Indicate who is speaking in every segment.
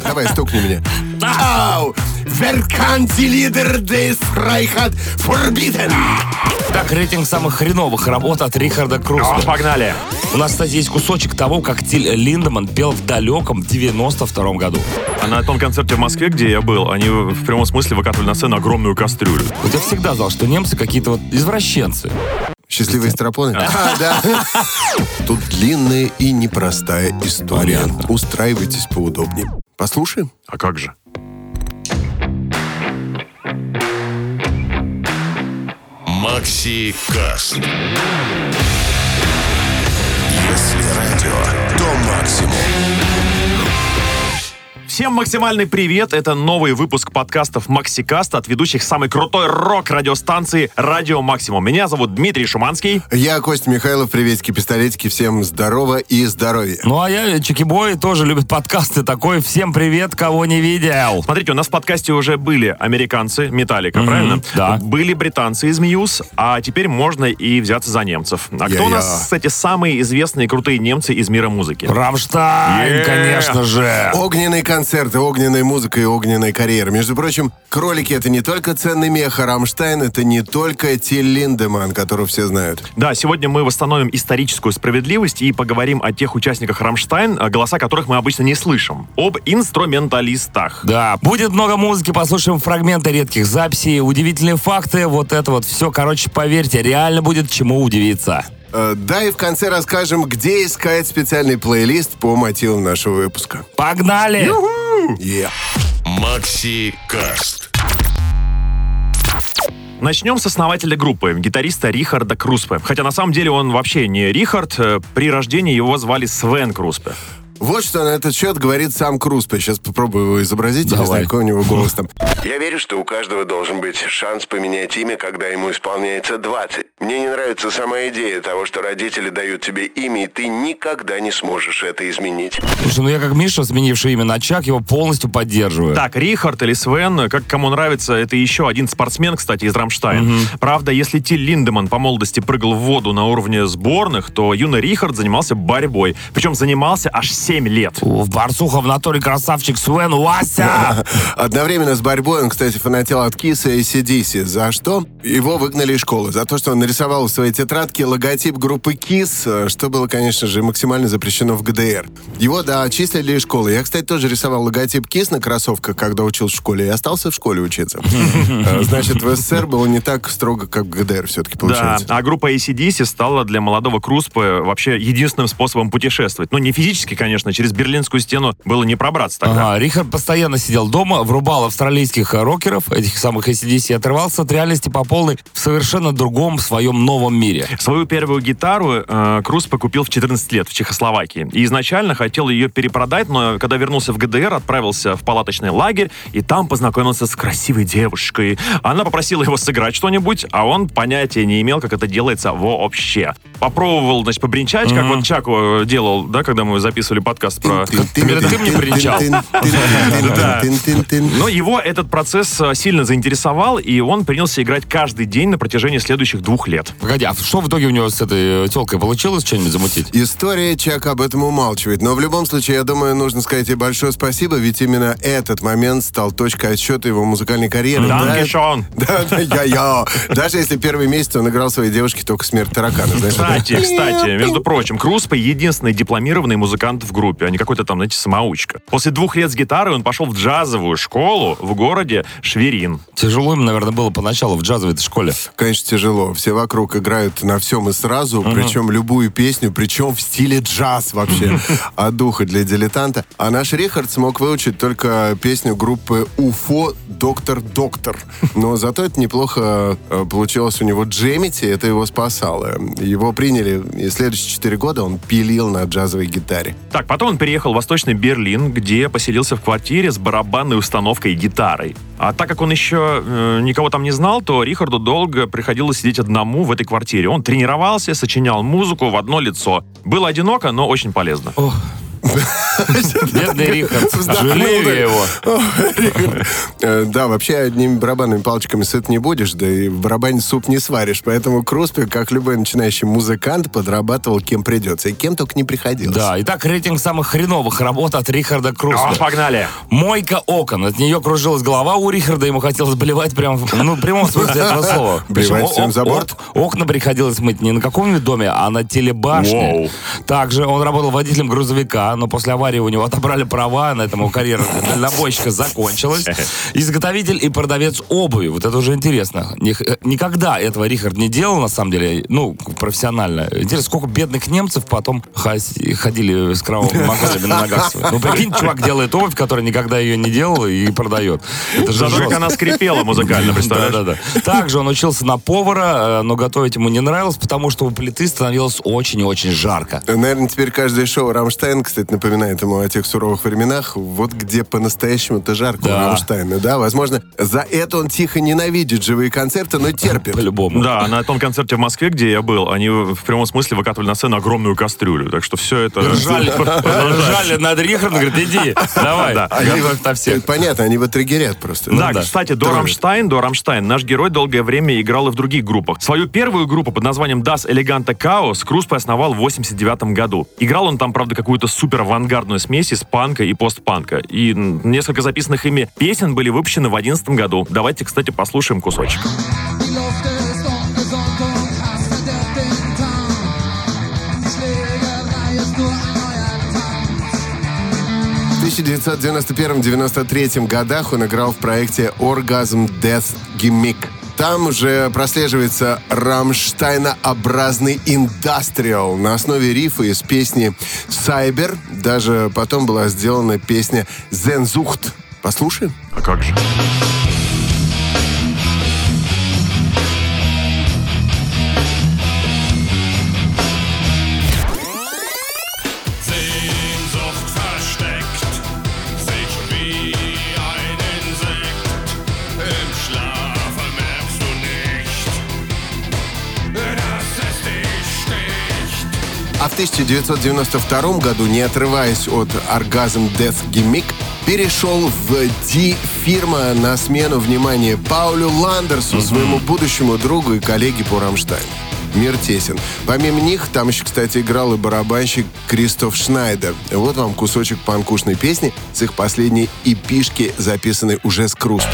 Speaker 1: Давай, стукни меня. Ау! Wer kann die Lieder des Freiheit verbieten?
Speaker 2: Так, рейтинг самых хреновых работ от Рихарда Круспе.
Speaker 3: Погнали.
Speaker 2: У нас, кстати, есть кусочек того, как Тиль Линдеманн пел в далеком 92-м году.
Speaker 3: А на том концерте в Москве, где я был, они в прямом смысле выкатывали на сцену огромную кастрюлю.
Speaker 2: Вот я всегда знал, что немцы какие-то вот извращенцы.
Speaker 1: Счастливые стропоны? Да. Тут длинная и непростая история.
Speaker 2: Понятно.
Speaker 1: Устраивайтесь поудобнее. Послушаем?
Speaker 3: А как же?
Speaker 4: Макси Каст. Если радио, то максимум.
Speaker 3: Всем максимальный привет! Это новый выпуск подкастов MaxiCast от ведущих самой крутой рок-радиостанции «Радио Максимум». Меня зовут Дмитрий Шуманский.
Speaker 1: Я Костя Михайлов. Приветики, пистолетики. Всем здорово и здоровья.
Speaker 2: Ну, а я, Чики-бой, тоже любит подкасты. Такой «Всем привет, кого не видел».
Speaker 3: Смотрите, у нас в подкасте уже были американцы, Металлика, правильно?
Speaker 2: Да.
Speaker 3: Были британцы из Мьюз, а теперь можно и взяться за немцев. А кто у нас, кстати, самые известные и крутые немцы из мира музыки?
Speaker 2: Рамштайн, конечно же.
Speaker 1: Огненный концерт, огненная музыка и огненная карьера. Между прочим, кролики — это не только ценный мех, а Рамштайн — это не только Тиль Линдеманн, которого все знают.
Speaker 3: Да, сегодня мы восстановим историческую справедливость и поговорим о тех участниках Рамштайн, голоса которых мы обычно не слышим. Об инструменталистах.
Speaker 2: Да, будет много музыки, послушаем фрагменты редких записей, удивительные факты, вот это вот все. Короче, поверьте, реально будет чему удивиться.
Speaker 1: Да, и в конце расскажем, где искать специальный плейлист по мотивам нашего выпуска.
Speaker 2: Погнали!
Speaker 1: Yeah.
Speaker 4: Макси Каст.
Speaker 3: Начнем с основателя группы, гитариста Рихарда Круспе. Хотя на самом деле он вообще не Рихард, при рождении его звали Свен Круспе.
Speaker 1: Вот что на этот счет говорит сам Круспе. Сейчас попробую его изобразить.
Speaker 2: Давай.
Speaker 1: Не знаю, какой у него голос там.
Speaker 5: Я верю, что у каждого должен быть шанс поменять имя, когда ему исполняется 20. Мне не нравится сама идея того, что родители дают тебе имя, и ты никогда не сможешь это изменить.
Speaker 2: Слушай, ну я как Миша, сменивший имя на Чак, его полностью поддерживаю.
Speaker 3: Так, Рихард или Свен, как кому нравится, это еще один спортсмен, кстати, из Рамштайн. Правда, если Тиль Линдеманн по молодости прыгал в воду на уровне сборных, то юный Рихард занимался борьбой. Причем занимался аж 7 лет.
Speaker 2: В борцуха в натуре красавчик Свен, Вася!
Speaker 1: Одновременно с борьбой он, кстати, фанател от Киса и AC/DC. За что? Его выгнали из школы. За то, что он нарисовал в своей тетрадке логотип группы Кис, что было, конечно же, максимально запрещено в ГДР. Его, да, отчислили из школы. Я, кстати, тоже рисовал логотип Кис на кроссовках, когда учился в школе, и остался в школе учиться. Значит, в СССР было не так строго, как в ГДР все-таки получается.
Speaker 3: Да, а группа AC/DC стала для молодого Круспе вообще единственным способом путешествовать. Ну, не физически, конечно, через Берлинскую стену было не пробраться тогда.
Speaker 2: Ага, Рихард постоянно сидел дома, врубал австралийских рокеров, этих самых AC/DC, и отрывался от реальности по полной в совершенно другом своем новом мире.
Speaker 3: Свою первую гитару Круспе купил в 14 лет в Чехословакии. И изначально хотел ее перепродать, но когда вернулся в ГДР, отправился в палаточный лагерь, и там познакомился с красивой девушкой. Она попросила его сыграть что-нибудь, а он понятия не имел, как это делается вообще. Попробовал, значит, побренчать, как вот Чаку делал, да, когда мы записывали подкаст про... Ты мне бренчал. Но его этот процесс сильно заинтересовал, и он принялся играть каждый день на протяжении следующих 2 лет.
Speaker 2: Погоди, а что в итоге у него с этой телкой получилось что-нибудь замутить?
Speaker 1: История Чак об этом умалчивает. Но в любом случае, я думаю, нужно сказать ей большое спасибо, ведь именно этот момент стал точкой отсчета его музыкальной карьеры.
Speaker 3: Данкешон.
Speaker 1: Да, Даже если первый месяц он играл своей девушке только «Смерть таракана».
Speaker 3: Кстати, между прочим, Круспе единственный дипломированный музыкант в группе, а не какой-то там, знаете, самоучка. После 2 лет с гитарой он пошел в джазовую школу в городе Шверин.
Speaker 2: Тяжело им, наверное, было поначалу в джазовой-то школе.
Speaker 1: Конечно, тяжело. Все вокруг играют на всем и сразу, причем любую песню, причем в стиле джаз вообще. От духа для дилетанта. А наш Рихард смог выучить только песню группы УФО «Доктор, доктор». Но зато это неплохо получилось у него джемить, и это его спасало. Его приняли, и следующие 4 года он пилил на джазовой гитаре.
Speaker 3: Так, потом он переехал в Восточный Берлин, где поселился в квартире с барабанной установкой и гитарой. А так как он еще никого там не знал, то Рихарду долго приходилось сидеть одному в этой квартире. Он тренировался, сочинял музыку в одно лицо. Было одиноко, но очень полезно.
Speaker 2: Бедный Рихард. Жалею я его.
Speaker 1: Да, вообще одними барабанными палочками сыт не будешь, да и в барабане суп не сваришь. Поэтому Круспе, как любой начинающий музыкант, подрабатывал кем придется. И кем только не приходилось.
Speaker 2: Да, итак, рейтинг самых хреновых работ от Рихарда Круспе.
Speaker 3: Погнали.
Speaker 2: «Мойка окон». От нее кружилась голова у Рихарда, ему хотелось блевать прямо в прямом смысле этого слова.
Speaker 1: Блевать всем за борт?
Speaker 2: Окна приходилось мыть не на каком-нибудь доме, а на телебашне.
Speaker 3: Воу.
Speaker 2: Также он работал водителем грузовика, но после аварии у него отобрали права, на этом его карьера дальнобойщика закончилась. Изготовитель и продавец обуви. Вот это уже интересно. Никогда этого Рихард не делал, на самом деле, профессионально. Интересно, сколько бедных немцев потом ходили с кровавыми мозолями на ногах своих. Ну, прикинь, чувак делает обувь, который никогда ее не делал, и продает. Это же
Speaker 3: Зато как
Speaker 2: жестко.
Speaker 3: она скрипела музыкально, представляешь?
Speaker 2: Да. Также он учился на повара, но готовить ему не нравилось, потому что у плиты становилось очень и очень жарко.
Speaker 1: Наверное, теперь каждое шоу «Рамштайн», кстати, напоминает ему о тех суровых временах, вот где по-настоящему-то жарко у Рамштайна, да? Возможно, за это он тихо ненавидит живые концерты, но терпит.
Speaker 2: По-любому.
Speaker 3: Да, на том концерте в Москве, где я был, они в прямом смысле выкатывали на сцену огромную кастрюлю. Так что все это...
Speaker 2: Ржали над Рихардом, говорит, иди, давай, готовь на всех.
Speaker 1: Понятно, они вот триггерят просто.
Speaker 3: Да, кстати, до Рамштайн наш герой долгое время играл и в других группах. Свою первую группу под названием Das Elegante Chaos Круспе основал в 1989 году. Играл он там, правда, какую-то супер авангардную смесь из панка и постпанка. И несколько записанных ими песен были выпущены в 2011 году. Давайте, кстати, послушаем кусочек.
Speaker 1: В 1991-93 годах он играл в проекте Orgasm Death Gimmick. Там уже прослеживается рамштайнообразный индастриал на основе рифа из песни «Cyber». Даже потом была сделана песня «Sehnsucht». Послушаем?
Speaker 3: А как же?
Speaker 4: Sehnsucht versteckt sich wie ein Insekt. Im Schlafe merkst du nicht, dass es dich sticht.
Speaker 1: А в 1992 году, не отрываясь от Orgasm Death Gimmick, перешел в D-фирма на смену внимания Паулю Ландерсу, своему будущему другу и коллеге по Рамштайну. Мир тесен. Помимо них, там еще, кстати, играл и барабанщик Кристоф Шнайдер. Вот вам кусочек панкушной песни с их последней эпишки, записанной уже с Круспе.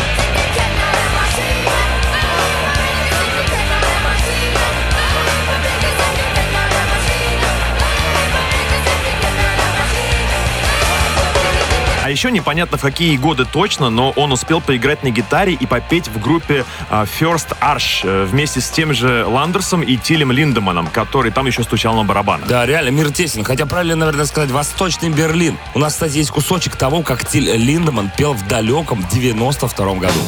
Speaker 3: А еще непонятно в какие годы точно, но он успел поиграть на гитаре и попеть в группе First Arch вместе с тем же Ландерсом и Тилем Линдеманом, который там еще стучал на барабанах.
Speaker 2: Да, реально, мир тесен. Хотя правильно, наверное, сказать, Восточный Берлин. У нас, кстати, есть кусочек того, как Тиль Линдеман пел в далеком 92-м году.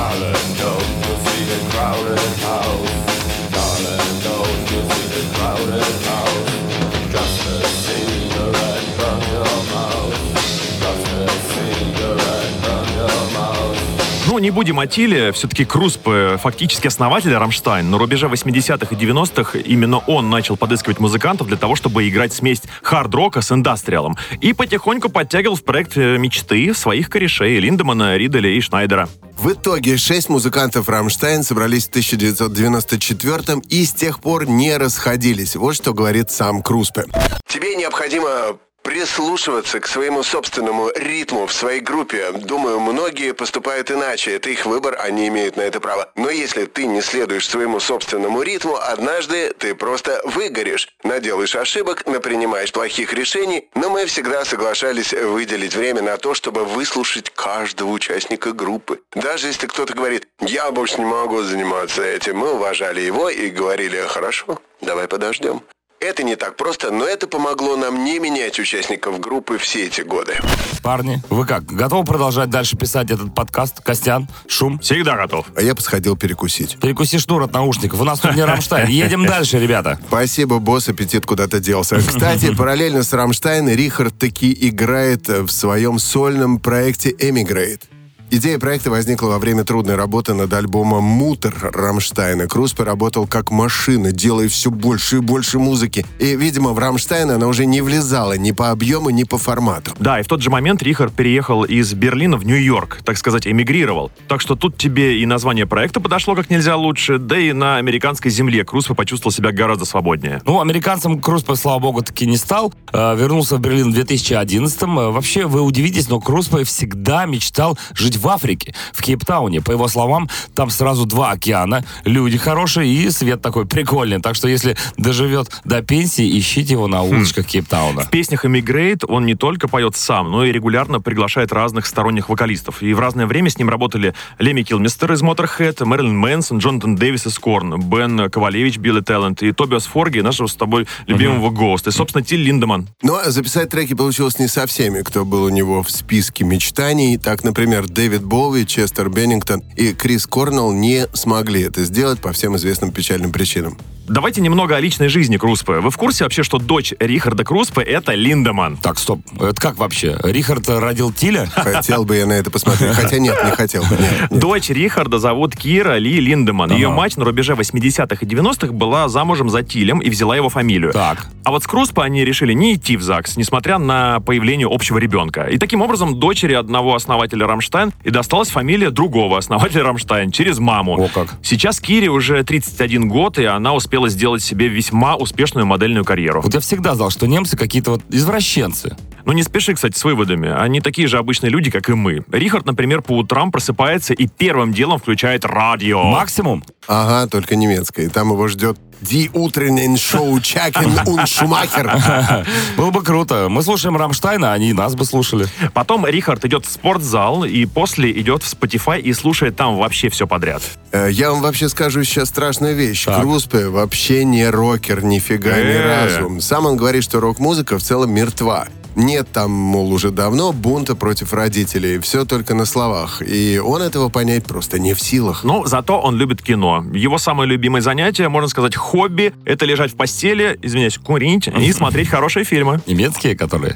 Speaker 3: Ну, не будем о Тиле, все-таки Круспе фактически основатель Рамштайн. На рубеже 80-х и 90-х именно он начал подыскивать музыкантов для того, чтобы играть смесь хард-рока с индастриалом. И потихоньку подтягивал в проект мечты своих корешей Линдемана, Риделя и Шнайдера.
Speaker 1: В итоге 6 музыкантов «Рамштайн» собрались в 1994-м и с тех пор не расходились. Вот что говорит сам Круспе.
Speaker 5: Тебе необходимо прислушиваться к своему собственному ритму в своей группе. Думаю, многие поступают иначе. Это их выбор, они имеют на это право. Но если ты не следуешь своему собственному ритму, однажды ты просто выгоришь. Наделаешь ошибок, напринимаешь плохих решений, но мы всегда соглашались выделить время на то, чтобы выслушать каждого участника группы. Даже если кто-то говорит: «Я больше не могу заниматься этим», мы уважали его и говорили: «Хорошо, давай подождем». Это не так просто, но это помогло нам не менять участников группы все эти годы.
Speaker 2: Парни, вы как, готовы продолжать дальше писать этот подкаст? Костян, Шум?
Speaker 3: Всегда готов.
Speaker 1: А я посходил перекусить.
Speaker 2: Перекуси шнур от наушников. У нас тут не Рамштайн. Едем дальше, ребята.
Speaker 1: Спасибо, босс, аппетит куда-то делся. Кстати, параллельно с «Рамштайн» Рихард таки играет в своем сольном проекте «Эмигрейт». Идея проекта возникла во время трудной работы над альбомом «Мутер» Рамштайна. Круспе работал как машина, делая все больше и больше музыки. И, видимо, в Рамштайн она уже не влезала ни по объему, ни по формату.
Speaker 3: Да, и в тот же момент Рихард переехал из Берлина в Нью-Йорк, так сказать, эмигрировал. Так что тут тебе и название проекта подошло как нельзя лучше, да и на американской земле Круспе почувствовал себя гораздо свободнее.
Speaker 2: Ну, американцем Круспе, слава богу, таки не стал. Вернулся в Берлин в 2011-м. Вообще, вы удивитесь, но Круспе всегда мечтал жить в Африке, в Кейптауне. По его словам, там сразу 2 океана, люди хорошие и свет такой прикольный. Так что, если доживет до пенсии, ищите его на улочках Кейптауна.
Speaker 3: В песнях «Эмигрейт» он не только поет сам, но и регулярно приглашает разных сторонних вокалистов. И в разное время с ним работали Леми Килмистер из Motorhead, Мэрилин Мэнсон, Джонатан Дэвис из Корн, Бен Ковалевич, Билли Талент и Тобиас Форги, нашего с тобой любимого Ghost, и, собственно, Тиль Линдеман.
Speaker 1: Но записать треки получилось не со всеми, кто был у него в списке мечтаний. Так, например, Дэвид Боуи, Честер Беннингтон и Крис Корнелл не смогли это сделать по всем известным печальным причинам.
Speaker 3: Давайте немного о личной жизни Круспе. Вы в курсе вообще, что дочь Рихарда Круспе — это Линдеман?
Speaker 2: Так, стоп. Это как вообще? Рихард родил Тиля?
Speaker 1: Хотел бы я на это посмотреть. Хотя нет, не хотел бы. Нет.
Speaker 3: Дочь Рихарда зовут Кира Ли Линдеман. Ее мать на рубеже 80-х и 90-х была замужем за Тилем и взяла его фамилию.
Speaker 2: Так.
Speaker 3: А вот с Круспе они решили не идти в ЗАГС, несмотря на появление общего ребенка. И таким образом дочери одного основателя Рамштайн и досталась фамилия другого основателя Рамштайн через маму.
Speaker 2: О как.
Speaker 3: Сейчас Кире уже 31 год, и она успела сделать себе весьма успешную модельную карьеру.
Speaker 2: Вот я всегда знал, что немцы какие-то вот извращенцы.
Speaker 3: Ну не спеши, кстати, с выводами. Они такие же обычные люди, как и мы. Рихард, например, по утрам просыпается и первым делом включает радио.
Speaker 2: Максимум?
Speaker 1: Ага, только немецкое. И там его ждет Die утреннен Шоу Чакен und Шумахер.
Speaker 2: Было бы круто. Мы слушаем Рамштайна, они нас бы слушали.
Speaker 3: Потом Рихард идет в спортзал и после идет в Spotify и слушает там вообще все подряд.
Speaker 1: Я вам вообще скажу сейчас страшную вещь.
Speaker 2: Так.
Speaker 1: Круспе вообще не рокер, нифига ни разу. Сам он говорит, что рок-музыка в целом мертва. Нет там, мол, уже давно бунта против родителей. Все только на словах. И он этого понять просто не в силах.
Speaker 3: Но зато он любит кино. Его самое любимое занятие, можно сказать, хобби, это лежать в постели, извиняюсь, курить и смотреть хорошие фильмы.
Speaker 2: Немецкие, которые?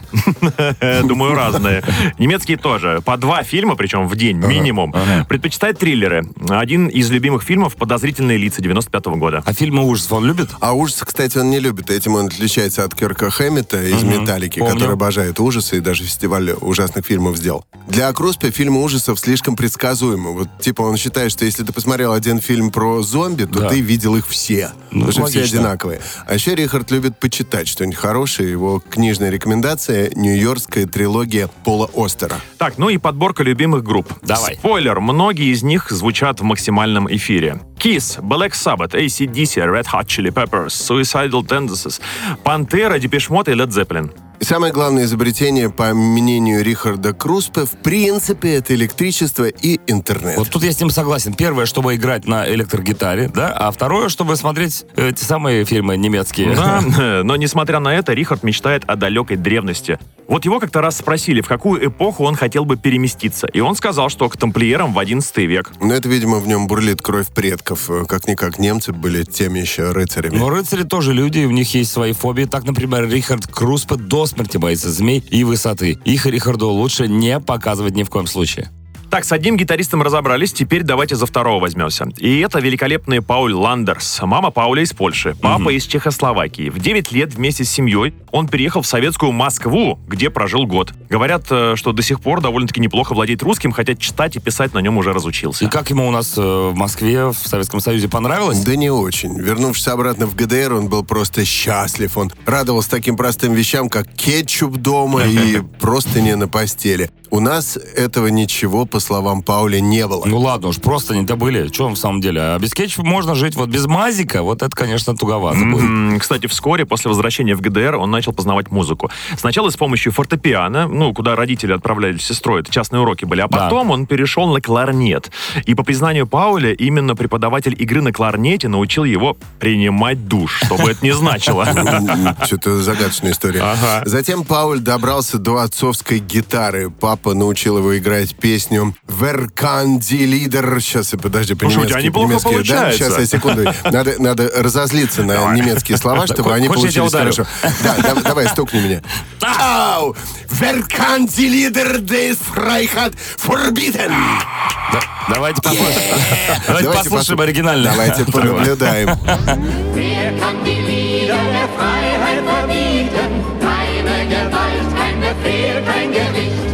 Speaker 3: Думаю, разные. Немецкие тоже. По 2 фильма, причем в день, минимум. Предпочитает триллеры. Один из любимых фильмов «Подозрительные лица» 95-го года.
Speaker 2: А фильмы ужасов он любит?
Speaker 1: А ужасы, кстати, он не любит. Этим он отличается от Кирка Хэммета из «Металлики»,
Speaker 2: помню.
Speaker 1: который обожает ужасы и даже фестиваль ужасных фильмов сделал. Для Круспе фильмы ужасов слишком предсказуемы. Вот, типа, он считает, что если ты посмотрел один фильм про зомби, то ты видел их все.
Speaker 2: Ну,
Speaker 1: Потому что все
Speaker 2: логично.
Speaker 1: одинаковые. А еще Рихард любит почитать что-нибудь хорошее. Его книжная рекомендация — нью-йоркская трилогия Пола Остера.
Speaker 3: Так, ну и подборка любимых групп.
Speaker 2: Давай.
Speaker 3: Спойлер, многие из них звучат в максимальном эфире. Kiss, Black Sabbath, AC/DC, Red Hot Chili Peppers, Suicidal Tendencies, Пантера, Депеш Мод и Led Zeppelin.
Speaker 1: И самое главное изобретение, по мнению Рихарда Круспе, в принципе, это электричество и интернет.
Speaker 2: Вот тут я с ним согласен. Первое, чтобы играть на электрогитаре, да, а второе, чтобы смотреть те самые фильмы немецкие.
Speaker 3: Да, но несмотря на это, Рихард мечтает о далекой древности. Вот его как-то раз спросили, в какую эпоху он хотел бы переместиться. И он сказал, что к тамплиерам в 11 век.
Speaker 1: Но это, видимо, в нем бурлит кровь предков. Как-никак немцы были теми еще рыцарями.
Speaker 2: Но рыцари тоже люди, у них есть свои фобии. Так, например, Рихард Круспе до смерти боится змей и высоты. Их Рихарду лучше не показывать ни в коем случае.
Speaker 3: Так, с одним гитаристом разобрались, теперь давайте за второго возьмемся. И это великолепный Пауль Ландерс. Мама Пауля из Польши, папа из Чехословакии. В 9 лет вместе с семьей он переехал в советскую Москву, где прожил год. Говорят, что до сих пор довольно-таки неплохо владеет русским, хотя читать и писать на нем уже разучился.
Speaker 2: И как ему у нас в Москве, в Советском Союзе понравилось?
Speaker 1: Да не очень. Вернувшись обратно в ГДР, он был просто счастлив. Он радовался таким простым вещам, как кетчуп дома и простыни на постели. У нас этого ничего, по словам Пауля, не было.
Speaker 2: Ну ладно уж, просто не добыли. Что в самом деле? А без кетчупа можно жить, вот без мазика, вот это, конечно, туговато будет.
Speaker 3: Кстати, вскоре после возвращения в ГДР он начал познавать музыку. Сначала с помощью фортепиано, куда родители отправляли с сестрой, это частные уроки были, а потом он перешел на кларнет. И по признанию Пауля, именно преподаватель игры на кларнете научил его принимать душ, что бы это ни значило.
Speaker 1: Что-то загадочная история.
Speaker 3: Ага.
Speaker 1: Затем Пауль добрался до отцовской гитары. Папа научил его играть песню Верканди лидер. Сейчас, подожди,
Speaker 3: Слушай, у тебя неплохо
Speaker 1: по-немецки, да?
Speaker 3: получается.
Speaker 1: Сейчас, я секунду. Надо разозлиться на немецкие слова, чтобы они
Speaker 2: Хочешь, я тебя
Speaker 1: получились
Speaker 2: ударю?
Speaker 1: хорошо. Да, давай, стукни меня. Ау! Верканди лидер des Freiheit forbidden.
Speaker 2: Давайте послушаем. Давайте послушаем оригинально.
Speaker 1: Давайте понаблюдаем.
Speaker 6: Wer kann die Lieder der Freiheit verbieten? Keine Gewalt, kein Befehl, kein Gericht.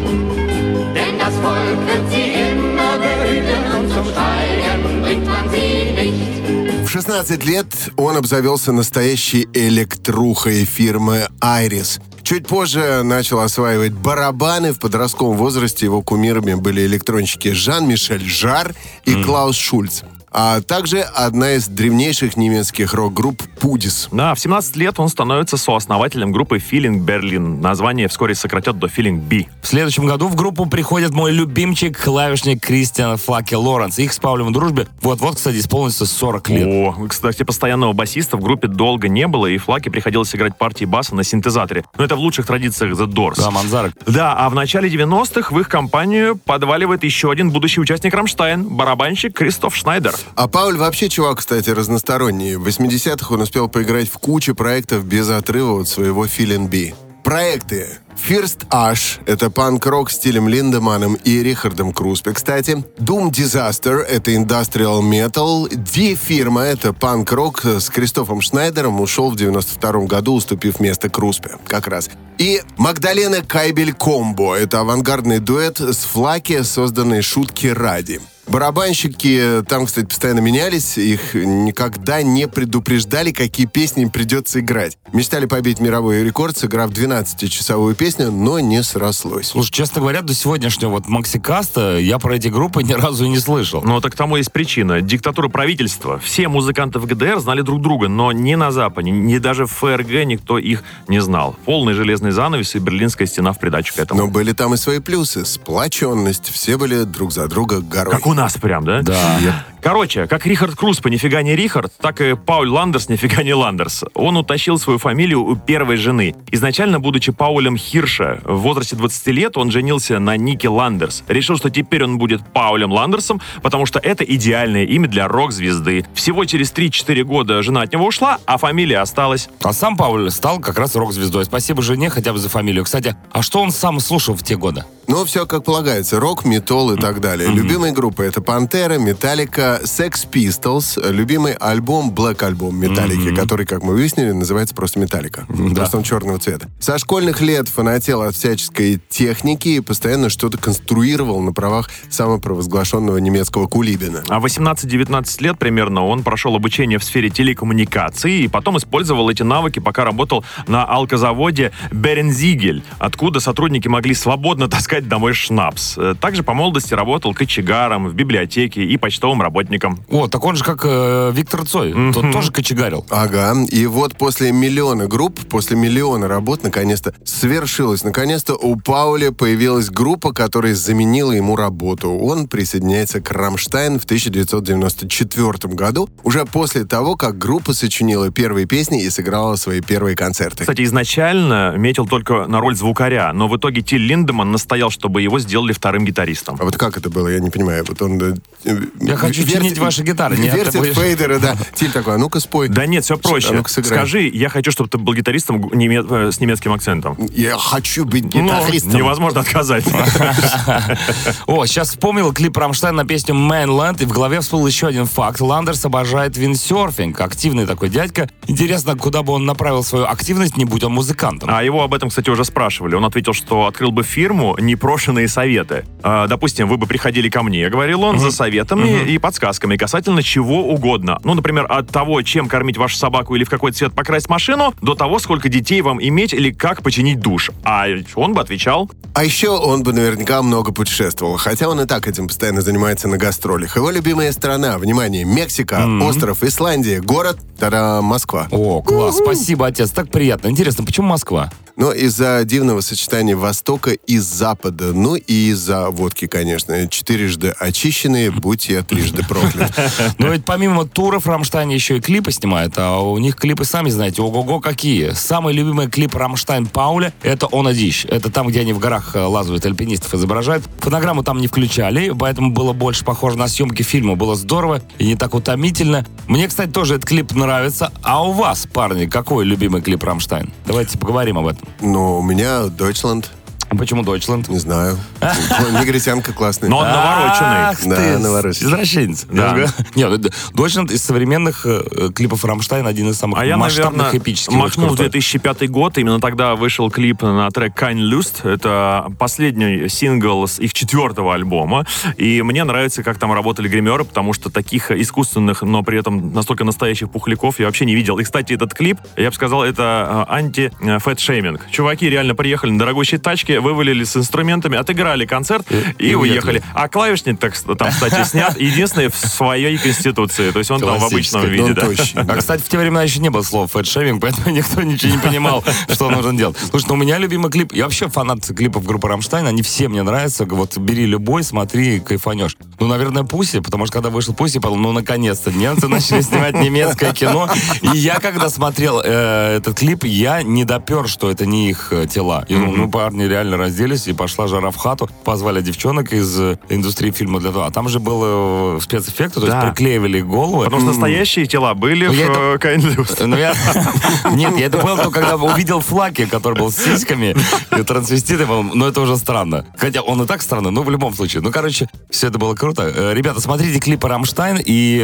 Speaker 6: Denn das Volk wird sie immer behüten und zum Schweigen bringt man sie nicht.
Speaker 1: В 16 лет он обзавелся настоящей электрухой фирмы «Айрис». Чуть позже начал осваивать барабаны. В подростковом возрасте его кумирами были электронщики Жан-Мишель Жар и Клаус Шульц. А также одна из древнейших немецких рок-групп «Пудис».
Speaker 3: Да, в 17 лет он становится сооснователем группы Feeling Berlin. Название вскоре сократят до Feeling B.
Speaker 2: В следующем году в группу приходит мой любимчик, клавишник Кристиан Флаки Лоренс. Их с Паулем в дружбе вот-вот, кстати, исполнится 40 лет.
Speaker 3: О, кстати, постоянного басиста в группе долго не было, и Флаки приходилось играть партии баса на синтезаторе. Но это в лучших традициях The Doors.
Speaker 2: Да, Манзарек.
Speaker 3: Да, а в начале 90-х в их компанию подваливает еще один будущий участник «Рамштайн» — барабанщик Кристоф Шнайдер.
Speaker 1: А Пауль вообще чувак, кстати, разносторонний. В 80-х он успел поиграть в кучу проектов без отрыва от своего Feeling B. Проекты First Ash — это панк-рок стилем Линдеманом и Рихардом Круспе, кстати. Doom Disaster — это Industrial Metal. D-фирма — это панк-рок с Кристофом Шнайдером, ушел в 92-м году, уступив место Круспе, как раз. И Магдалена Кайбель Комбо — это авангардный дуэт с Флаки, созданный шутки ради. Барабанщики там, кстати, постоянно менялись, их никогда не предупреждали, какие песни им придется играть. Мечтали побить мировой рекорд, сыграв 12-часовую песню, но не срослось.
Speaker 2: Слушай, честно говоря, до сегодняшнего вот Максикаста я про эти группы ни разу и не слышал.
Speaker 3: Но так тому есть причина. Диктатура правительства. Все музыканты в ГДР знали друг друга, но ни на Западе, ни даже в ФРГ никто их не знал. Полный железный занавес и Берлинская стена в придачу к этому.
Speaker 1: Но были там и свои плюсы. Сплоченность. Все были друг за друга горой.
Speaker 3: Как у нас прям, да?
Speaker 2: Да.
Speaker 3: Короче, как Рихард Круспе нифига не Рихард, так и Пауль Ландерс нифига не Ландерс. Он утащил свою фамилию у первой жены. Изначально, будучи Паулем Хирше, в возрасте 20 лет он женился на Нике Ландерс. Решил, что теперь он будет Паулем Ландерсом, потому что это идеальное имя для рок-звезды. Всего через 3-4 года жена от него ушла, а фамилия осталась.
Speaker 2: А сам Пауль стал как раз рок-звездой. Спасибо жене хотя бы за фамилию. Кстати, а что он сам слушал в те годы?
Speaker 1: Ну, все как полагается. Рок, метал и так далее. Любимые группы — это Пантера, Металлика, Sex Pistols. Любимый альбом — Black Album Металлики, который, как мы выяснили, называется просто Металлика. Просто он черного цвета. Со школьных лет фанател от всяческой техники и постоянно что-то конструировал на правах самопровозглашенного немецкого кулибина.
Speaker 3: А в 18-19 лет примерно он прошел обучение в сфере телекоммуникаций и потом использовал эти навыки, пока работал на алкозаводе Берензигель, откуда сотрудники могли свободно таскать домой шнапс. Также по молодости работал кочегаром в библиотеке и почтовым работником.
Speaker 2: О, так он же как Виктор Цой. Тот тоже кочегарил.
Speaker 1: Ага, и вот после миллиона групп, после миллиона работ, наконец-то свершилось. Наконец-то у Пауля появилась группа, которая заменила ему работу. Он присоединяется к «Рамштайн» в 1994 году, уже после того, как группа сочинила первые песни и сыграла свои первые концерты.
Speaker 3: Кстати, изначально метил только на роль звукаря, но в итоге Тиль Линдеман настоял, чтобы его сделали вторым гитаристом.
Speaker 1: А вот как это было, я не понимаю. Вот он...
Speaker 2: Я хочу чинить ваши гитары. Нет,
Speaker 1: Вертит
Speaker 2: ты будешь-
Speaker 1: фейдеры, да. Тиль такой, а ну-ка спой.
Speaker 3: Да нет, все проще.
Speaker 1: А ну-ка сыграй.
Speaker 3: Скажи, я хочу, чтобы ты был гитаристом с немецким акцентом.
Speaker 1: Я хочу быть
Speaker 3: Ну,
Speaker 1: гитаристом.
Speaker 3: невозможно отказать.
Speaker 2: О, сейчас вспомнил клип Рамштайн на песню «Mainland», и в голове всплыл еще один факт. Ландерс обожает виндсерфинг. Активный такой дядька. Интересно, куда бы он направил свою активность, не будь он музыкантом.
Speaker 3: А его об этом, кстати, уже спрашивали. Он ответил, что открыл бы фирму «Непрошенные советы». Допустим, вы бы приходили ко мне, говорил он, за советами и подсказками касательно чего угодно. Ну, например, от того, чем кормить вашу собаку или в какой цвет покрасить машину, до того, сколько детей вам иметь или как починить душ. А он бы отвечал.
Speaker 1: А еще он бы наверняка много путешествовал, хотя он и так этим постоянно занимается на гастролях. Его любимая страна, внимание, Мексика, остров, Исландия, город, Москва.
Speaker 2: О, класс, спасибо, отец, так приятно. Интересно, почему Москва?
Speaker 1: Но из-за дивного сочетания Востока и Запада, ну и из-за водки, конечно, 4 очищенные, будь я 3 проклят.
Speaker 2: Но ведь помимо туров Рамштайн еще и клипы снимают, а у них клипы, сами знаете, ого-го какие. Самый любимый клип Рамштайн Пауля — это «On a Dish». Это там, где они в горах лазают, альпинистов изображают. Фонограмму там не включали, поэтому было больше похоже на съемки фильма. Было здорово и не так утомительно. Мне, кстати, тоже этот клип нравится. А у вас, парни, какой любимый клип Рамштайн? Давайте поговорим об этом.
Speaker 1: Ну, у меня Deutschland.
Speaker 2: Почему Deutschland?
Speaker 1: Не знаю. Негритянка классная.
Speaker 3: Но он навороченный.
Speaker 2: Ах
Speaker 1: Да,
Speaker 2: ты,
Speaker 1: навороченный.
Speaker 2: извращенец.
Speaker 3: Да.
Speaker 2: Нет, Deutschland из современных клипов Рамштайн один из самых
Speaker 3: А я,
Speaker 2: масштабных,
Speaker 3: наверное,
Speaker 2: эпических.
Speaker 3: махнул в
Speaker 2: Очень крутой.
Speaker 3: 2005 год. Именно тогда вышел клип на трек «Kein Lust». Это последний сингл с их 4-го альбома. И мне нравится, как там работали гримеры, потому что таких искусственных, но при этом настолько настоящих пухляков я вообще не видел. И, кстати, этот клип, я бы сказал, это анти-фэт-шейминг. Чуваки реально приехали на дорогущей тачке, вывалили с инструментами, отыграли концерт и уехали. А клавишник там, кстати, снят единственный в своей конституции. То есть он там в обычном
Speaker 1: Классический,
Speaker 3: виде.
Speaker 1: но
Speaker 3: Да.
Speaker 1: тощий.
Speaker 2: А, кстати, в те времена еще не было слова фэтшейминг, поэтому никто ничего не понимал, что нужно делать. Слушай, ну у меня любимый клип, я вообще фанат клипов группы Рамштайн, они все мне нравятся, вот бери любой, смотри, кайфанешь. Ну, наверное, Пусси, потому что когда вышел Пусси, я подумал, ну, наконец-то, немцы начали снимать немецкое кино, и я, когда смотрел этот клип, я не допер, что это не их тела. И, ну, парни реально разделись, и пошла жара в хату, позвали девчонок из индустрии фильма для того, а там же был спецэффекты, то есть
Speaker 3: Да.
Speaker 2: приклеивали головы.
Speaker 3: Потому что настоящие тела были
Speaker 2: Ну, я
Speaker 3: в
Speaker 2: это-
Speaker 3: «Kein Lust».
Speaker 2: Ну, Нет, я это понял только когда увидел Флаки, который был с сиськами, и трансвеститом, но это уже странно. Хотя он и так странно, но в любом случае. Ну, короче, все это было круто. Ребята, смотрите клипы Рамштайн,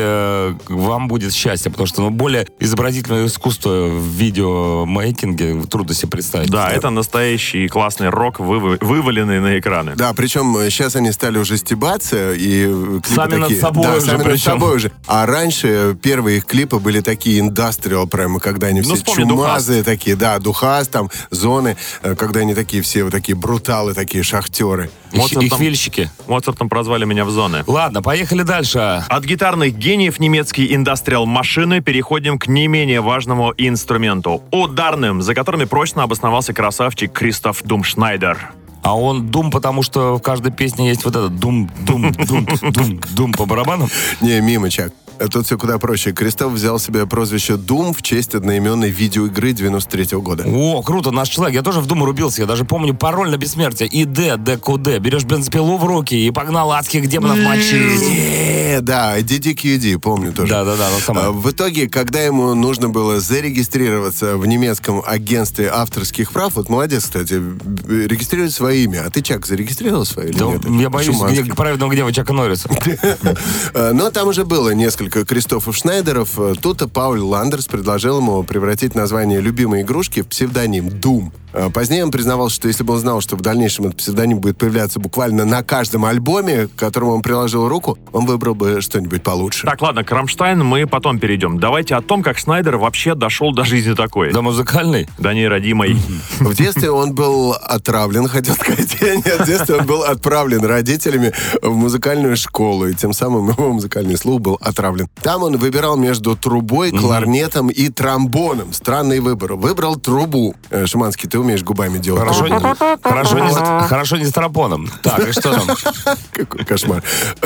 Speaker 2: и вам будет счастье, потому что более изобразительное искусство в видеомейкинге трудно себе представить.
Speaker 3: Да, это настоящий классный рок, вываленный на экраны.
Speaker 1: Да, причем сейчас они стали уже стебаться, и клипы
Speaker 2: Сами над
Speaker 1: такие...
Speaker 2: собой
Speaker 1: да,
Speaker 2: уже
Speaker 1: сами над
Speaker 2: причем.
Speaker 1: собой уже. А раньше первые их клипы были такие индастриал прямо, когда они
Speaker 3: Ну,
Speaker 1: все
Speaker 3: вспомни
Speaker 1: чумазые такие, да, Духас, там, Зоны, когда они такие все вот такие бруталы, такие шахтеры.
Speaker 2: И хвильщики.
Speaker 3: Моцартом прозвали меня в зоны.
Speaker 2: Ладно, поехали дальше.
Speaker 3: От гитарных гениев немецкие индастриал-машины переходим к не менее важному инструменту — ударным, за которыми прочно обосновался красавчик Кристоф Думшнайдер.
Speaker 2: А он дум, потому что в каждой песне есть вот этот дум по барабанам.
Speaker 1: Не, мимо, Чак. Тут все куда проще. Кристоф взял себе прозвище Doom в честь одноименной видеоигры 93-го года.
Speaker 2: О, круто, наш человек. Я тоже в Думу рубился. Я даже помню пароль на бессмертие. ИД, ДКД. Берешь бензопилу в руки и погнал адских демонов мочить.
Speaker 1: Да, DDQD, помню тоже.
Speaker 2: Да, ну самое.
Speaker 1: В итоге, когда ему нужно было зарегистрироваться в немецком агентстве авторских прав, вот молодец, кстати, регистрирует свое имя. А ты, Чак, зарегистрировал свое или
Speaker 2: Да,
Speaker 1: нет?
Speaker 2: я боюсь,
Speaker 1: Шуманский.
Speaker 2: праведного гнева Чака Норриса.
Speaker 1: Но там уже было несколько Кристофов Шнайдеров. Тут Пауль Ландерс предложил ему превратить название любимой игрушки в псевдоним Doom. Позднее он признавался, что если бы он знал, что в дальнейшем этот псевдоним будет появляться буквально на каждом альбоме, к которому он приложил руку, он выбрал бы что-нибудь получше.
Speaker 3: Так, ладно, к Рамштайн мы потом перейдем. Давайте о том, как Шнайдер вообще дошел до жизни такой.
Speaker 2: Да, музыкальный.
Speaker 3: Да не, родимой.
Speaker 1: В детстве он был отравлен, хотел сказать. Нет, в детстве он был отправлен родителями в музыкальную школу, и тем самым его музыкальный слух был отравлен. Там он выбирал между трубой, кларнетом и тромбоном. Странный выбор. Выбрал трубу. Шиманский, ты умеешь губами делать трубу.
Speaker 2: Хорошо не с тропоном. Так, и что там?
Speaker 1: Какой кошмар.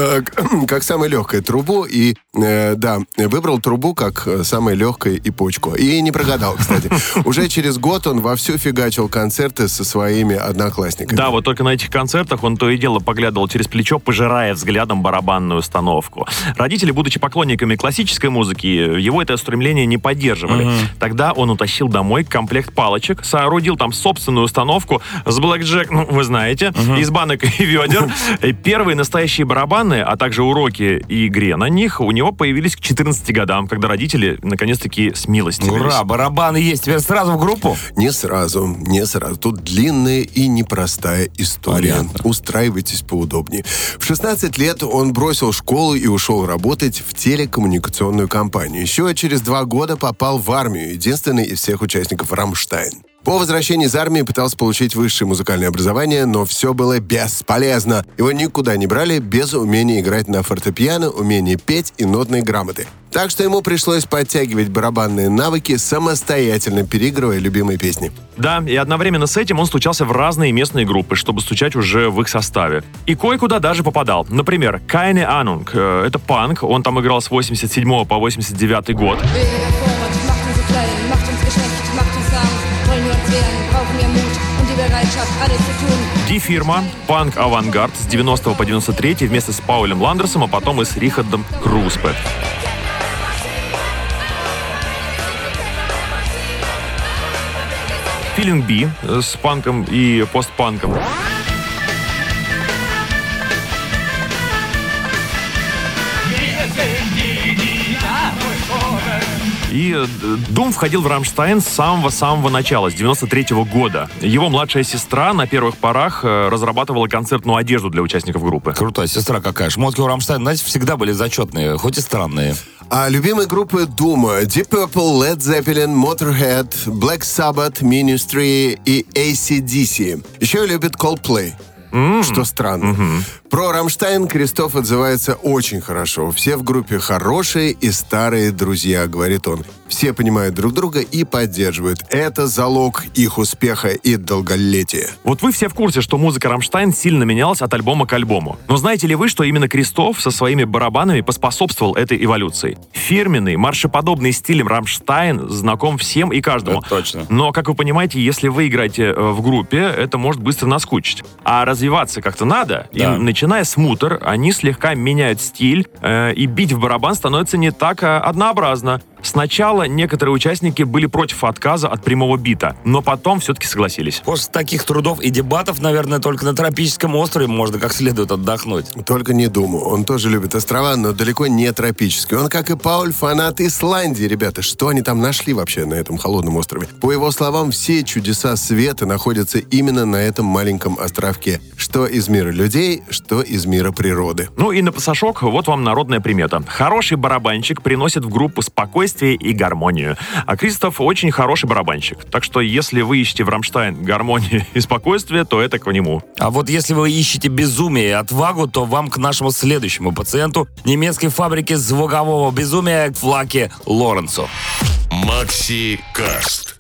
Speaker 1: Как самая легкая трубу. И, да, выбрал трубу как самая легкая и почку. И не прогадал, кстати. Уже через год он вовсю фигачил концерты со своими одноклассниками.
Speaker 3: Да, вот только на этих концертах он то и дело поглядывал через плечо, пожирая взглядом барабанную установку. Родители, будучи поклонниками классической музыки, его это стремление не поддерживали. Тогда он утащил домой комплект палочек, соорудил там собственную установку с блэкджек, ну, вы знаете, из банок и ведер. Первые настоящие барабаны, а также уроки и игре на них у него появились к 14 годам, когда родители наконец-таки смилостивились.
Speaker 2: Ура, барабаны есть. Теперь сразу в группу?
Speaker 1: Не сразу, не сразу. Тут длинная и непростая история.
Speaker 2: Понятно.
Speaker 1: Устраивайтесь поудобнее. В 16 лет он бросил школу и ушел работать в телекоммуникационную компанию. Еще через 2 года попал в армию, единственный из всех участников «Рамштайн». По возвращении из армии пытался получить высшее музыкальное образование, но все было бесполезно. Его никуда не брали без умения играть на фортепиано, умения петь и нотной грамоты. Так что ему пришлось подтягивать барабанные навыки, самостоятельно переигрывая любимые песни.
Speaker 3: Да, и одновременно с этим он стучался в разные местные группы, чтобы стучать уже в их составе. И кое-куда даже попадал. Например, Keine Ahnung. Это панк, он там играл с 87 по 89 год. Die Firma, панк-авангард с 90 по 93 вместе с Паулем Ландерсом, а потом и с Рихардом Круспе. Feeling B с панком и постпанком. И Doom входил в Рамштайн с самого-самого начала, с 93-го года. Его младшая сестра на первых порах разрабатывала концертную одежду для участников группы.
Speaker 2: Крутая сестра какая. Шмотки у Рамштайн, знаете, всегда были зачетные, хоть и странные.
Speaker 1: А любимые группы Doom: Deep Purple, Led Zeppelin, Motorhead, Black Sabbath, Ministry и AC/DC. Еще любит Coldplay. Что странно. Про Рамштайн Кристоф отзывается очень хорошо. Все в группе хорошие и старые друзья, говорит он. Все понимают друг друга и поддерживают. Это залог их успеха и долголетия.
Speaker 3: Вот вы все в курсе, что музыка Рамштайн сильно менялась от альбома к альбому. Но знаете ли вы, что именно Кристоф со своими барабанами поспособствовал этой эволюции? Фирменный, маршеподобный стилем Рамштайн знаком всем и каждому.
Speaker 2: Это точно.
Speaker 3: Но, как вы понимаете, если вы играете в группе, это может быстро наскучить. А развиваться как-то надо.
Speaker 2: Да.
Speaker 3: И начиная с мутор, они слегка меняют стиль, и бить в барабан становится не так однообразно. Сначала некоторые участники были против отказа от прямого бита, но потом все-таки согласились.
Speaker 2: После таких трудов и дебатов, наверное, только на тропическом острове можно как следует отдохнуть.
Speaker 1: Только не думаю. Он тоже любит острова, но далеко не тропические. Он, как и Пауль, фанат Исландии. Ребята, что они там нашли вообще на этом холодном острове? По его словам, все чудеса света находятся именно на этом маленьком островке. Что из мира людей, что из мира природы.
Speaker 3: Ну и на пасашок вот вам народная примета. Хороший барабанщик приносит в группу спокойствие и гармонию. А Кристоф очень хороший барабанщик. Так что если вы ищете в Рамштайн гармонию и спокойствие, то это к нему.
Speaker 2: А вот если вы ищете безумие и отвагу, то вам к нашему следующему пациенту, немецкой фабрике звукового безумия Флаке Лоренцу.
Speaker 4: Макси Каст.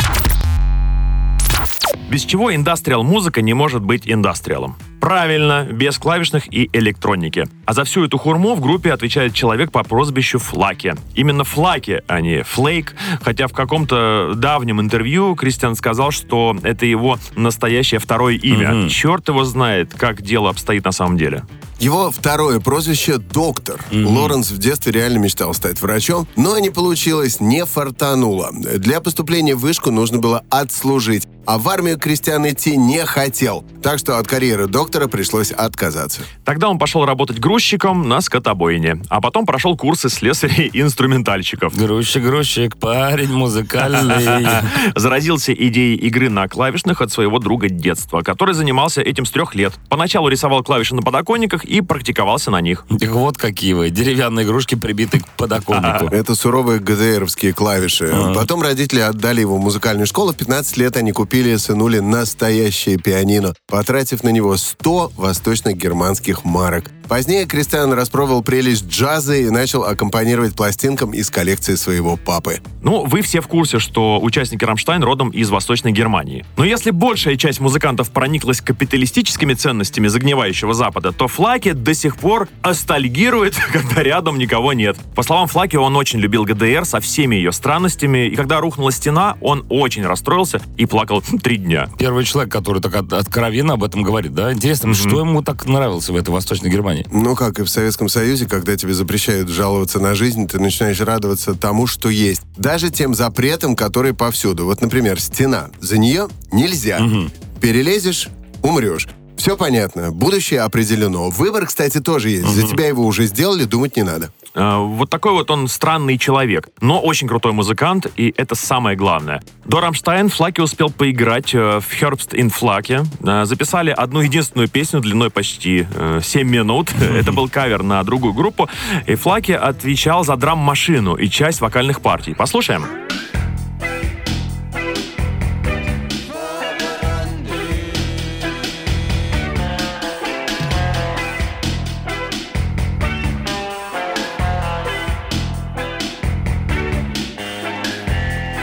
Speaker 3: Без чего индастриал-музыка не может быть индастриалом? Правильно, без клавишных и электроники. А за всю эту хурму в группе отвечает человек по прозвищу Флаке. Именно Флаке, а не Флейк, хотя в каком-то давнем интервью Кристиан сказал, что это его настоящее второе имя. Черт его знает, как дело обстоит на самом деле.
Speaker 1: Его второе прозвище — Доктор. Лоренс в детстве реально мечтал стать врачом, но не получилось, не фартануло. Для поступления в вышку нужно было отслужить, а в армию Кристиан идти не хотел. Так что от карьеры доктора пришлось отказаться.
Speaker 3: Тогда он пошел работать грузчиком на скотобойне, а потом прошел курсы слесарей-инструментальщиков.
Speaker 2: Грузчик, парень музыкальный.
Speaker 3: Заразился идеей игры на клавишных от своего друга детства, который занимался этим с 3 лет. Поначалу рисовал клавиши на подоконниках и практиковался на них.
Speaker 2: Вот какие вы, деревянные игрушки, прибиты к подоконнику.
Speaker 1: Это суровые ГДРовские клавиши. Потом родители отдали его в музыкальную школу. В 15 лет они купили сынуле настоящее пианино, потратив на него 100 восточно-германских марок. Позднее Кристиан распробовал прелесть джаза и начал аккомпанировать пластинкам из коллекции своего папы.
Speaker 3: Ну, вы все в курсе, что участники Рамштайн родом из Восточной Германии. Но если большая часть музыкантов прониклась капиталистическими ценностями загнивающего Запада, то Флаке до сих пор ностальгирует, когда рядом никого нет. По словам Флаке, он очень любил ГДР со всеми ее странностями, и когда рухнула стена, он очень расстроился и плакал 3 дня.
Speaker 2: Первый человек, который так откровенно об этом говорит, да? Интересно, что ему так нравилось в этой Восточной Германии?
Speaker 1: Ну, как и в Советском Союзе, когда тебе запрещают жаловаться на жизнь, ты начинаешь радоваться тому, что есть. Даже тем запретам, которые повсюду. Вот, например, стена. За нее нельзя. Перелезешь — умрешь. Все понятно. Будущее определено. Выбор, кстати, тоже есть. За тебя его уже сделали, думать не надо.
Speaker 3: Вот такой вот он странный человек, но очень крутой музыкант, и это самое главное. До Рамштайн Флаке успел поиграть в Herbst in Flake. Записали одну единственную песню длиной почти 7 минут. Это был кавер на другую группу, и Флаке отвечал за драм-машину и часть вокальных партий. Послушаем.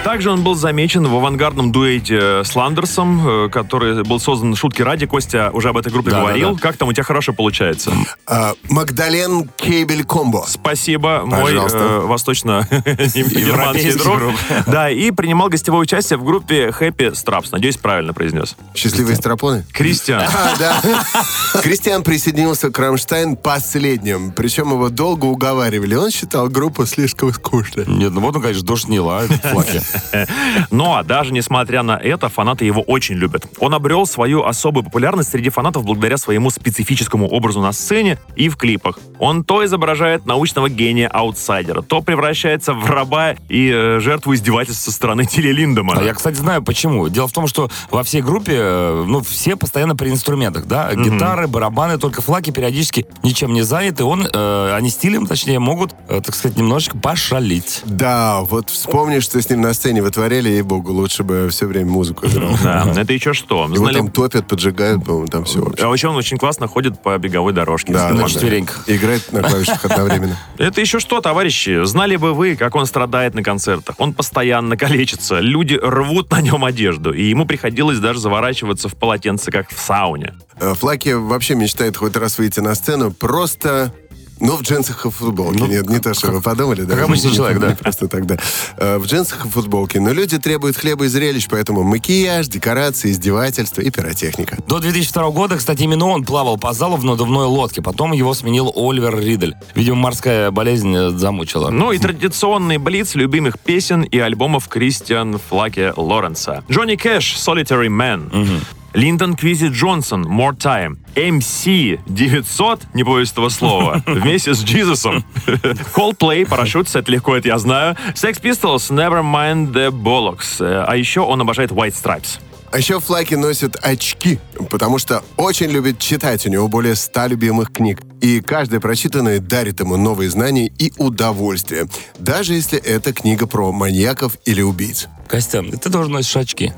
Speaker 3: Также он был замечен в авангардном дуэте с Ландерсом, который был создан шутки ради. Костя уже об этой группе говорил.
Speaker 2: Да.
Speaker 3: Как там у тебя хорошо получается?
Speaker 1: Магдален Кейбель Комбо.
Speaker 3: Спасибо,
Speaker 1: Пожалуйста.
Speaker 3: мой восточно-германский друг.
Speaker 2: друг.
Speaker 3: Да, и принимал гостевое участие в группе Happy Straps. Надеюсь, правильно произнес.
Speaker 1: Счастливые страпоны?
Speaker 3: Кристиан.
Speaker 1: Да. Кристиан присоединился к Рамштайн последним. Причем его долго уговаривали. Он считал группу слишком скучной.
Speaker 2: Нет, ну вот он, конечно, душнил, этот Флаки.
Speaker 3: Но даже несмотря на это, фанаты его очень любят. Он обрел свою особую популярность среди фанатов благодаря своему специфическому образу на сцене и в клипах. Он то изображает научного гения-аутсайдера, то превращается в раба и жертву издевательств со стороны Тилли Линдемана.
Speaker 2: А я, кстати, знаю почему. Дело в том, что во всей группе, все постоянно при инструментах, да? Гитары, барабаны, только Флаки периодически ничем не заняты. Они стилем, точнее, могут, так сказать, немножечко пошалить.
Speaker 1: Да, вот вспомни, что с ним на сцене вытворяли, ей-богу, лучше бы все время музыку играл.
Speaker 3: Да, это еще что?
Speaker 1: Его там топят, поджигают, по-моему, там все.
Speaker 3: А еще он очень классно ходит по беговой дорожке.
Speaker 1: Да,
Speaker 2: на четвереньках.
Speaker 1: Играет на клавишах одновременно.
Speaker 3: Это еще что, товарищи? Знали бы вы, как он страдает на концертах? Он постоянно калечится, люди рвут на нем одежду, и ему приходилось даже заворачиваться в полотенце, как в сауне.
Speaker 1: Флаки вообще мечтает хоть раз выйти на сцену просто... в джинсах и футболке. Нет, не то, что вы подумали.
Speaker 2: как обычный человек, да.
Speaker 1: Просто тогда. В джинсах и футболке. Но люди требуют хлеба и зрелищ, поэтому макияж, декорации, издевательства и пиротехника.
Speaker 2: До 2002 года, кстати, именно он плавал по залу в надувной лодке. Потом его сменил Оливер Ридель. Видимо, морская болезнь замучила.
Speaker 3: Ну и традиционный блиц любимых песен и альбомов Кристиан Флаки Лоренса. Джонни Кэш, Solitary Man. Линдон Квизи Джонсон, More Time. MC 900, не боюсь этого слова, вместе с Джизусом. Coldplay, Парашют, это легко, это я знаю. Sex Pistols, Never Mind the Bollocks. А еще он обожает White Stripes.
Speaker 1: А еще Флаки носит очки, потому что очень любит читать. У него более 100 любимых книг. И каждая прочитанная дарит ему новые знания и удовольствие. Даже если это книга про маньяков или убийц.
Speaker 2: Костян, ты тоже носишь очки.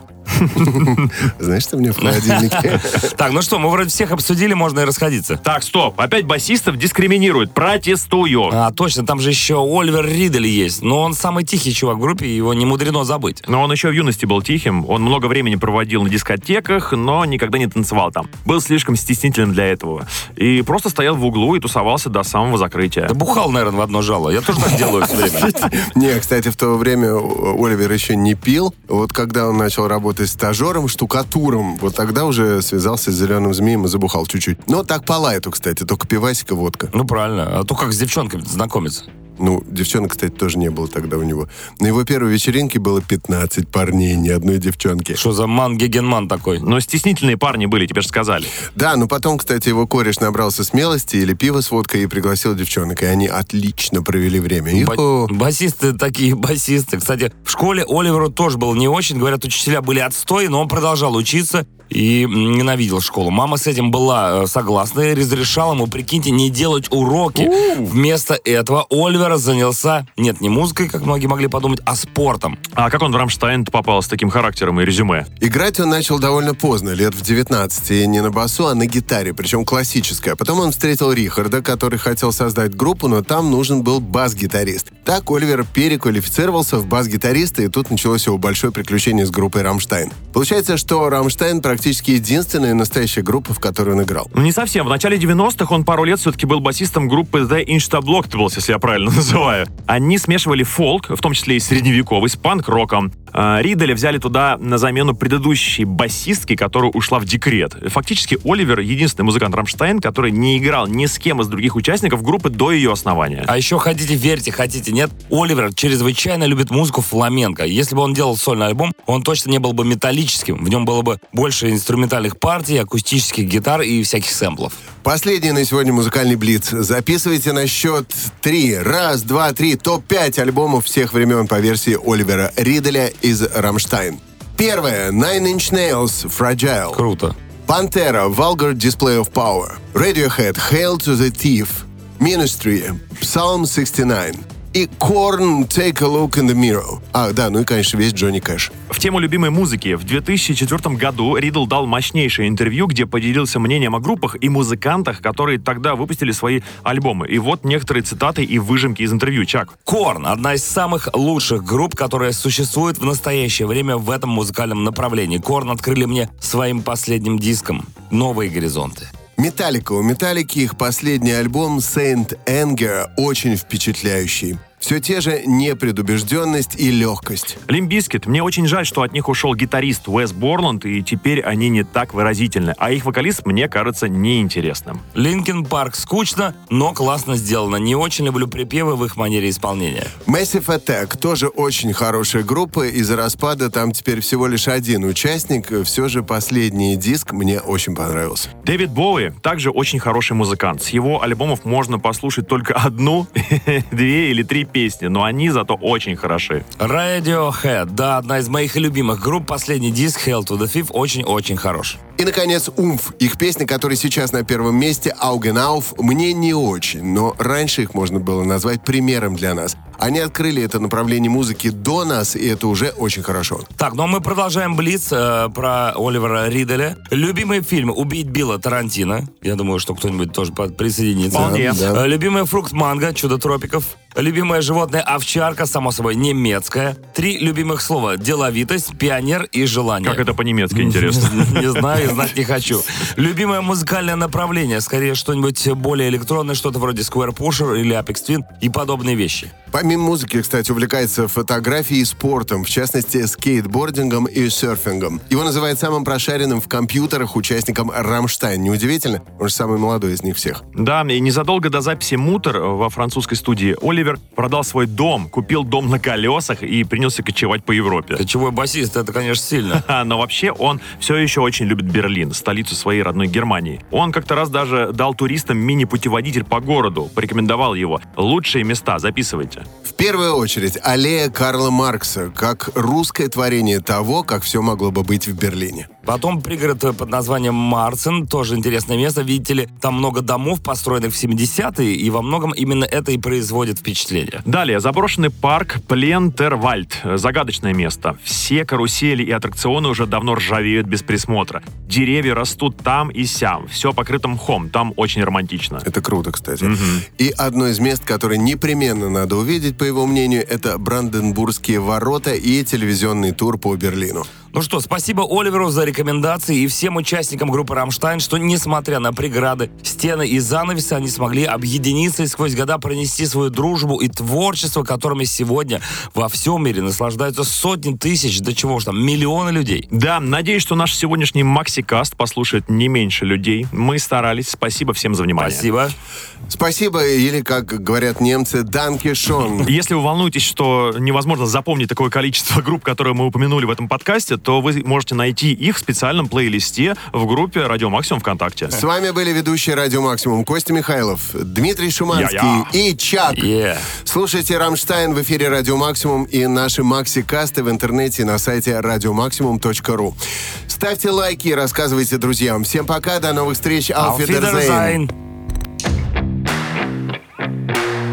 Speaker 1: Знаешь, что у меня в холодильнике?
Speaker 2: Так, ну что, мы вроде всех обсудили, можно и расходиться.
Speaker 3: Так, стоп, опять басистов дискриминируют. Протестую.
Speaker 2: А, точно, там же еще Оливер Ридель есть. Но он самый тихий чувак в группе, его не мудрено забыть.
Speaker 3: Но он еще в юности был тихим. Он много времени проводил на дискотеках, но никогда не танцевал там. Был слишком стеснителен для этого. И просто стоял в углу и тусовался до самого закрытия.
Speaker 2: Да бухал, наверное, в одно жало. Я тоже так делаю все время.
Speaker 1: Не, кстати, в то время Оливер еще не пил. Вот когда он начал работать стажером, штукатуром, вот тогда уже связался с зеленым змеем и забухал чуть-чуть. Но так по лайту, кстати, только пивасик и водка.
Speaker 2: Ну, правильно. А то как с девчонками знакомиться.
Speaker 1: Девчонок, кстати, тоже не было тогда у него. На его первой вечеринке было 15 парней, ни одной девчонки.
Speaker 2: Что за ман-гегенман такой?
Speaker 3: Но стеснительные парни были, тебе же сказали.
Speaker 1: Да, но потом, кстати, его кореш набрался смелости или пиво с водкой и пригласил девчонок, и они отлично провели время.
Speaker 2: Басисты такие басисты. Кстати, в школе Оливеру тоже было не очень. Говорят, учителя были отстой, но он продолжал учиться и ненавидел школу. Мама с этим была согласна и разрешала ему, прикиньте, не делать уроки. Вместо этого Оливер занялся, не музыкой, как многие могли подумать, а спортом.
Speaker 3: А как он в Рамштайн попал с таким характером и резюме?
Speaker 1: Играть он начал довольно поздно, лет в 19, и не на басу, а на гитаре, причем классической. А потом он встретил Рихарда, который хотел создать группу, но там нужен был бас-гитарист. Так Оливер переквалифицировался в бас-гитариста, и тут началось его большое приключение с группой Рамштайн. Получается, что Рамштайн практически единственная настоящая группа, в которой он играл.
Speaker 3: Не совсем. В начале 90-х он пару лет все-таки был басистом группы The Instablockables, если я правильно называю. Они смешивали фолк, в том числе и средневековый, с панк-роком. Риделя взяли туда на замену предыдущей басистки, которая ушла в декрет. Фактически Оливер — единственный музыкант Рамштайн, который не играл ни с кем из других участников группы до ее основания.
Speaker 2: А еще хотите верьте, хотите нет, Оливер чрезвычайно любит музыку фламенко. Если бы он делал сольный альбом, он точно не был бы металлическим. В нем было бы больше инструментальных партий, акустических гитар и всяких сэмплов.
Speaker 1: Последний на сегодня музыкальный блиц. Записывайте на счет 3. 1, 2, 3. Топ-5 альбомов всех времен по версии Оливера Риделя из Рамштайн. Первое. Nine Inch Nails, Fragile.
Speaker 2: Круто.
Speaker 1: Pantera, Vulgar Display of Power. Radiohead, Hail to the Thief. Ministry, Psalm 69. и Korn «Take a Look in the Mirror». Да, ну и, конечно, весь Джонни Кэш.
Speaker 3: В тему любимой музыки в 2004 году Ридл дал мощнейшее интервью, где поделился мнением о группах и музыкантах, которые тогда выпустили свои альбомы. И вот некоторые цитаты и выжимки из интервью. Чак.
Speaker 2: Korn — одна из самых лучших групп, которая существует в настоящее время в этом музыкальном направлении. Korn открыли мне своим последним диском «Новые горизонты».
Speaker 1: Металлика. У Металлики их последний альбом «Saint Anger» очень впечатляющий. Все те же непредубежденность и легкость.
Speaker 3: Limp Bizkit. Мне очень жаль, что от них ушел гитарист Уэс Борланд, и теперь они не так выразительны. А их вокалист мне кажется неинтересным.
Speaker 2: Linkin Park скучно, но классно сделано. Не очень люблю припевы в их манере исполнения.
Speaker 1: Massive Attack тоже очень хорошая группа. Из-за распада там теперь всего лишь один участник. Все же последний диск мне очень понравился.
Speaker 3: Дэвид Боуи также очень хороший музыкант. С его альбомов можно послушать только одну, две или три песни, но они зато очень хороши.
Speaker 2: Radiohead. Да, одна из моих любимых групп. Последний диск Hail to the Thief очень-очень хорош.
Speaker 1: И, наконец, Умф. Их песня, которая сейчас на первом месте, Augen auf, мне не очень, но раньше их можно было назвать примером для нас. Они открыли это направление музыки до нас, и это уже очень хорошо.
Speaker 2: Так, ну а мы продолжаем блиц про Оливера Ридделя. Любимый фильм «Убить Билла» Тарантино. Я думаю, что кто-нибудь тоже присоединится.
Speaker 3: Вполне.
Speaker 1: Да.
Speaker 2: Любимый фрукт манго, чудо тропиков. Любимое животное овчарка, само собой, немецкая. 3 любимых слова: деловитость, пионер и желание.
Speaker 3: Как это по-немецки, интересно?
Speaker 2: Не знаю и знать не хочу. Любимое музыкальное направление, скорее что-нибудь более электронное, что-то вроде Square Pusher или Aphex Twin и подобные вещи.
Speaker 1: Помимо музыки, кстати, увлекается фотографией и спортом, в частности, скейтбордингом и серфингом. Его называют самым прошаренным в компьютерах участником «Рамштайн». Неудивительно? Он же самый молодой из них всех.
Speaker 3: Да, и незадолго до записи «Мутер» во французской студии Оливер продал свой дом, купил дом на колесах и принялся кочевать по Европе.
Speaker 2: Кочевой басист, это, конечно, сильно.
Speaker 3: Но вообще он все еще очень любит Берлин, столицу своей родной Германии. Он как-то раз даже дал туристам мини-путеводитель по городу, порекомендовал его. Лучшие места, записывайте.
Speaker 1: В первую очередь, аллея Карла Маркса, как русское творение того, как все могло бы быть в Берлине.
Speaker 2: Потом пригород под названием Марцен, тоже интересное место. Видите ли, там много домов, построенных в 70-е, и во многом именно это и производит впечатление.
Speaker 3: Далее, заброшенный парк Плентервальд. Загадочное место. Все карусели и аттракционы уже давно ржавеют без присмотра. Деревья растут там и сям. Все покрыто мхом. Там очень романтично.
Speaker 1: Это круто, кстати. И одно из мест, которое непременно надо увидеть, по его мнению, это Бранденбургские ворота и телевизионный тур по Берлину.
Speaker 2: Ну что, спасибо Оливеру за рекомендации и всем участникам группы «Рамштайн», что, несмотря на преграды, стены и занавесы, они смогли объединиться и сквозь года пронести свою дружбу и творчество, которыми сегодня во всем мире наслаждаются сотни тысяч, да чего ж там, миллионы людей.
Speaker 3: Да, надеюсь, что наш сегодняшний Макси-каст послушает не меньше людей. Мы старались. Спасибо всем за внимание.
Speaker 2: Спасибо.
Speaker 1: Спасибо, или, как говорят немцы, «Данке шон».
Speaker 3: Если вы волнуетесь, что невозможно запомнить такое количество групп, которые мы упомянули в этом подкасте, то вы можете найти их в специальном плейлисте в группе «Радио Максимум» ВКонтакте.
Speaker 1: С вами были ведущие «Радио Максимум» Костя Михайлов, Дмитрий Шуманский и Чак. Слушайте «Рамштайн» в эфире «Радио Максимум» и наши Макси-касты в интернете на сайте radiomaximum.ru. Ставьте лайки и рассказывайте друзьям. Всем пока, до новых встреч. Auf Wiedersehen.